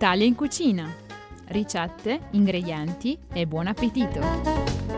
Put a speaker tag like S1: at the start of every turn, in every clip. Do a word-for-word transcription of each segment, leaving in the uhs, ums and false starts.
S1: L'Italia in cucina. Ricette, ingredienti e buon appetito!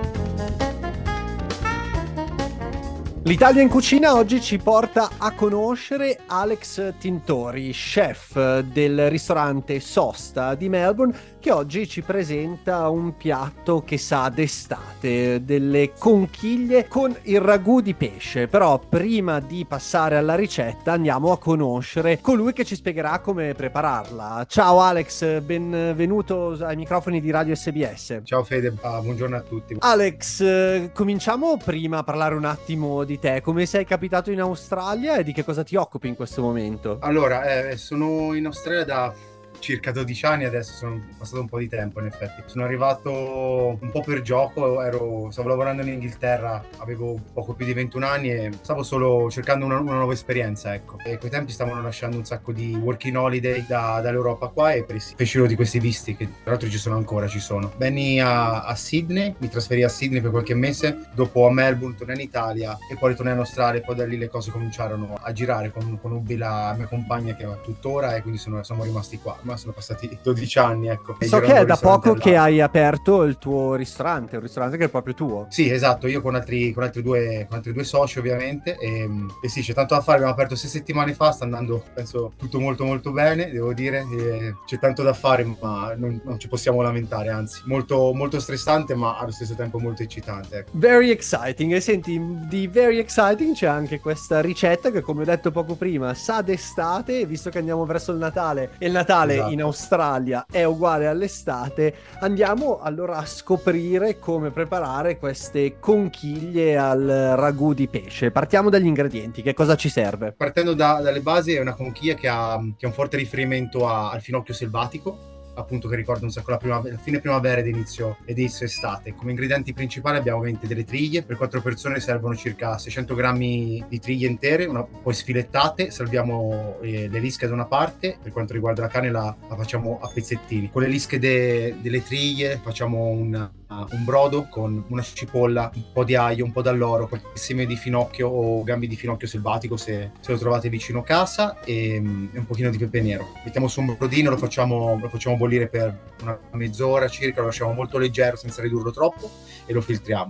S2: L'Italia in cucina oggi ci porta a conoscere Alex Tintori, chef del ristorante Sosta di Melbourne, che oggi ci presenta un piatto che sa d'estate, delle conchiglie con il ragù di pesce. Però prima di passare alla ricetta andiamo a conoscere colui che ci spiegherà come prepararla. Ciao Alex, benvenuto ai microfoni di Radio S B S.
S3: Ciao Fede, ah, buongiorno a tutti.
S2: Alex, eh, cominciamo prima a parlare un attimo di te. Come sei capitato in Australia e di che cosa ti occupi in questo momento?
S3: Allora, eh, sono in Australia da circa dodici anni, adesso sono passato un po' di tempo in effetti. Sono arrivato un po' per gioco, ero, stavo lavorando in Inghilterra, avevo poco più di ventuno anni e stavo solo cercando una, una nuova esperienza, ecco. E a quei tempi stavano lasciando un sacco di working holiday da, dall'Europa qua e fecero di questi visti, che tra l'altro ci sono ancora, ci sono. Venni a, a Sydney, mi trasferì a Sydney per qualche mese, dopo a Melbourne, tornai in Italia e poi ritornai in Australia e poi da lì le cose cominciarono a girare con, con Ubi, la mia compagna, che va tuttora, e quindi sono, siamo rimasti qua. Ma sono passati dodici anni, ecco.
S2: So che è da poco che hai aperto il tuo ristorante, un ristorante che è proprio tuo.
S3: Sì, esatto, io con altri, con altri, due, con altri due soci ovviamente, e, e sì, c'è tanto da fare, abbiamo aperto sei settimane fa, sta andando, penso, tutto molto molto bene, devo dire, e c'è tanto da fare, ma non, non ci possiamo lamentare, anzi, molto, molto stressante, ma allo stesso tempo molto eccitante, ecco.
S2: Very exciting, e senti, di very exciting c'è anche questa ricetta che, come ho detto poco prima, sa d'estate, e visto che andiamo verso il Natale, e il Natale esatto. in Australia è uguale all'estate, andiamo allora a scoprire come preparare queste conchiglie al ragù di pesce. Partiamo dagli ingredienti, che cosa ci serve?
S3: Partendo da, dalle basi, è una conchiglia che ha, che ha un forte riferimento a, al finocchio selvatico, appunto, che ricorda un sacco la, prima, la fine primavera ed inizio, ed inizio estate. Come ingredienti principali abbiamo ovviamente delle triglie. Per quattro persone servono circa seicento grammi di triglie intere, una, poi sfilettate. Salviamo eh, le lische da una parte. Per quanto riguarda la carne la, la facciamo a pezzettini. Con le lische de, delle triglie facciamo un, uh, un brodo con una cipolla, un po' di aglio, un po' d'alloro, qualche seme di finocchio o gambi di finocchio selvatico se, se lo trovate vicino casa, e, e un pochino di pepe nero. Mettiamo su un brodino, lo facciamo, lo facciamo bollire per una mezz'ora circa, lo lasciamo molto leggero senza ridurlo troppo e lo filtriamo.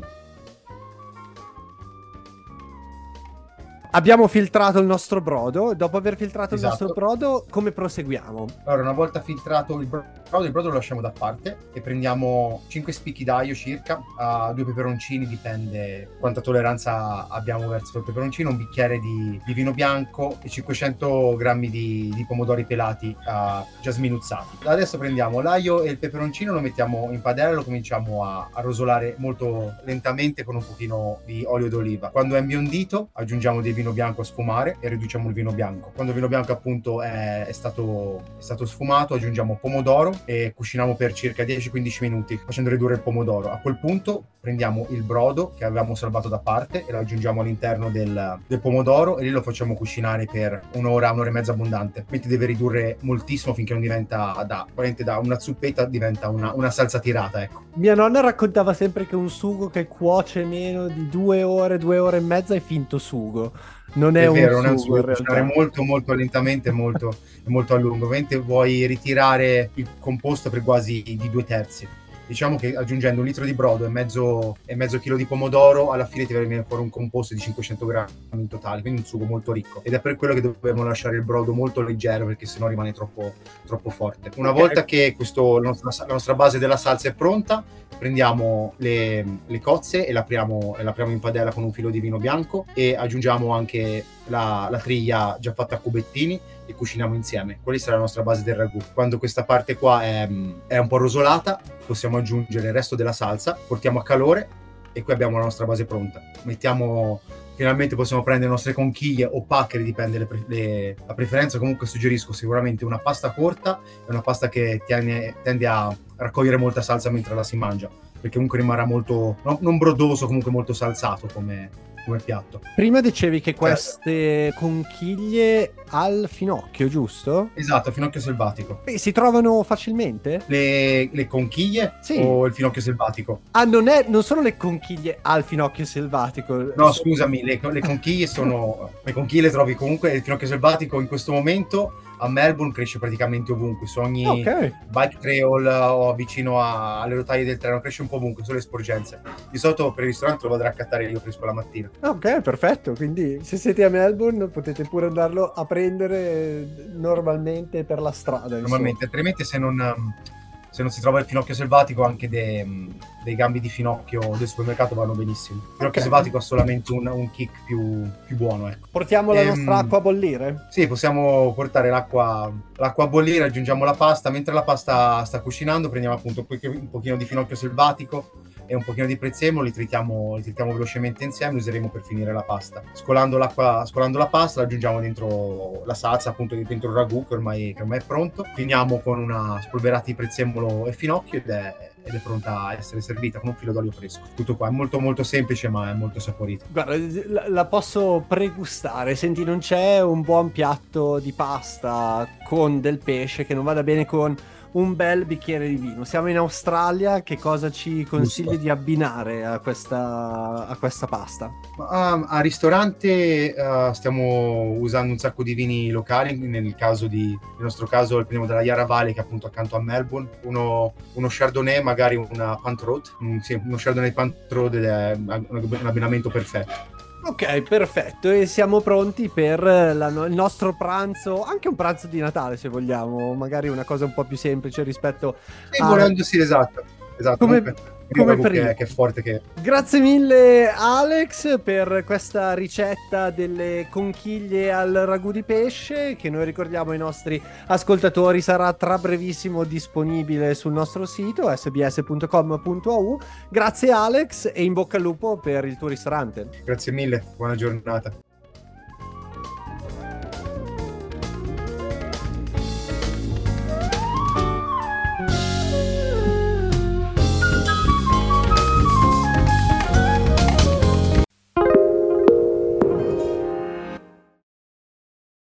S2: Abbiamo filtrato il nostro brodo. Dopo aver filtrato esatto. il nostro brodo, come proseguiamo?
S3: Allora, una volta filtrato il brodo, il brodo lo lasciamo da parte e prendiamo cinque spicchi d'aglio circa, uh, due peperoncini, dipende quanta tolleranza abbiamo verso il peperoncino, un bicchiere di, di vino bianco e cinquecento grammi di, di pomodori pelati uh, già sminuzzati. Adesso prendiamo l'aglio e il peperoncino, lo mettiamo in padella e lo cominciamo a, a rosolare molto lentamente con un pochino di olio d'oliva. Quando è imbiondito aggiungiamo del vino bianco a sfumare e riduciamo il vino bianco. Quando il vino bianco appunto è, è, stato, è stato sfumato, aggiungiamo pomodoro e cuciniamo per circa dieci quindici minuti facendo ridurre il pomodoro. A quel punto prendiamo il brodo che avevamo salvato da parte e lo aggiungiamo all'interno del, del pomodoro e lì lo facciamo cucinare per un'ora, un'ora e mezza abbondante. Mentre deve ridurre moltissimo finché non diventa da, da una zuppetta, diventa una, una salsa tirata, ecco.
S2: Mia nonna raccontava sempre che un sugo che cuoce meno di due ore, due ore e mezza è finto sugo. Non è, è un vero, sugo, non è un sugo,
S3: in cucinare molto molto lentamente e molto, molto a lungo. Ovviamente vuoi ritirare il composto per quasi di due terzi. Diciamo che aggiungendo un litro di brodo e mezzo, e mezzo chilo di pomodoro, alla fine ti viene fuori un composto di cinquecento grammi in totale, quindi un sugo molto ricco. Ed è per quello che dobbiamo lasciare il brodo molto leggero, perché sennò rimane troppo, troppo forte. Una okay. volta che questo, la, nostra, la nostra base della salsa è pronta, prendiamo le, le cozze e l'apriamo, e l'apriamo in padella con un filo di vino bianco e aggiungiamo anche la, la triglia già fatta a cubettini e cuciniamo insieme. Quella sarà la nostra base del ragù. Quando questa parte qua è, è un po' rosolata, possiamo aggiungere il resto della salsa, portiamo a calore e qui abbiamo la nostra base pronta. Mettiamo, finalmente possiamo prendere le nostre conchiglie o paccheri, dipende le, le, la preferenza. Comunque suggerisco sicuramente una pasta corta e una pasta che tiene, tende a raccogliere molta salsa mentre la si mangia, perché comunque rimarrà molto, no, non brodoso, comunque molto salsato come come piatto.
S2: Prima dicevi che queste conchiglie al finocchio, giusto?
S3: Esatto, finocchio selvatico.
S2: E si trovano facilmente?
S3: Le, le conchiglie
S2: sì.
S3: o il finocchio selvatico?
S2: Ah, non, è, non sono le conchiglie al finocchio selvatico?
S3: No, scusami, le, le conchiglie sono... le conchiglie le trovi comunque, il finocchio selvatico in questo momento a Melbourne cresce praticamente ovunque, su ogni
S2: Ok.
S3: bike trail o vicino a- alle rotaie del treno, cresce un po' ovunque, solo le sporgenze. Di solito per il ristorante lo vado a raccattare io fresco la mattina.
S2: Ok, perfetto. Quindi se siete a Melbourne potete pure andarlo a prendere normalmente per la strada.
S3: Normalmente, altrimenti se non, um, se non si trova il finocchio selvatico, anche de- um, dei gambi di finocchio del supermercato vanno benissimo. Il finocchio
S2: Ok.
S3: selvatico ha solamente un, un kick più, più buono, ecco.
S2: Portiamo la
S3: Ehm,
S2: nostra acqua a bollire?
S3: Sì, possiamo portare l'acqua, l'acqua a bollire, aggiungiamo la pasta. Mentre la pasta sta cucinando, prendiamo appunto un pochino, un pochino di finocchio selvatico e un pochino di prezzemolo, li tritiamo, li tritiamo velocemente insieme, li useremo per finire la pasta. Scolando, l'acqua, scolando la pasta, la aggiungiamo dentro la salsa, appunto dentro il ragù che ormai, che ormai è pronto. Finiamo con una spolverata di prezzemolo e finocchio ed è, ed è pronta a essere servita con un filo d'olio fresco. Tutto qua, è molto molto semplice ma è molto saporito.
S2: Guarda, la, la posso pregustare. Senti, non c'è un buon piatto di pasta con del pesce che non vada bene con un bel bicchiere di vino. Siamo in Australia, che cosa ci consigli
S3: Giusto.
S2: di abbinare a questa, a questa pasta?
S3: Ma, a ristorante eh, stiamo usando un sacco di vini locali, nel caso di, nel nostro caso il primo della Yarra Valley, che è appunto accanto a Melbourne, uno, uno Chardonnay, magari una Pantrot, mm, sì, uno Chardonnay Pantrot è un abbinamento perfetto.
S2: Ok, perfetto. E siamo pronti per la no- il nostro pranzo, anche un pranzo di Natale se vogliamo, magari una cosa un po' più semplice rispetto
S3: Sì,
S2: a...
S3: volendo, sì, esatto. esatto.
S2: Come-
S3: Comunque,
S2: come
S3: ragù
S2: prima.
S3: che, che è forte che...
S2: Grazie mille Alex per questa ricetta delle conchiglie al ragù di pesce che noi ricordiamo ai nostri ascoltatori sarà tra brevissimo disponibile sul nostro sito s b s punto com punto a u. Grazie Alex e in bocca al lupo per il tuo ristorante.
S3: Grazie mille, buona giornata.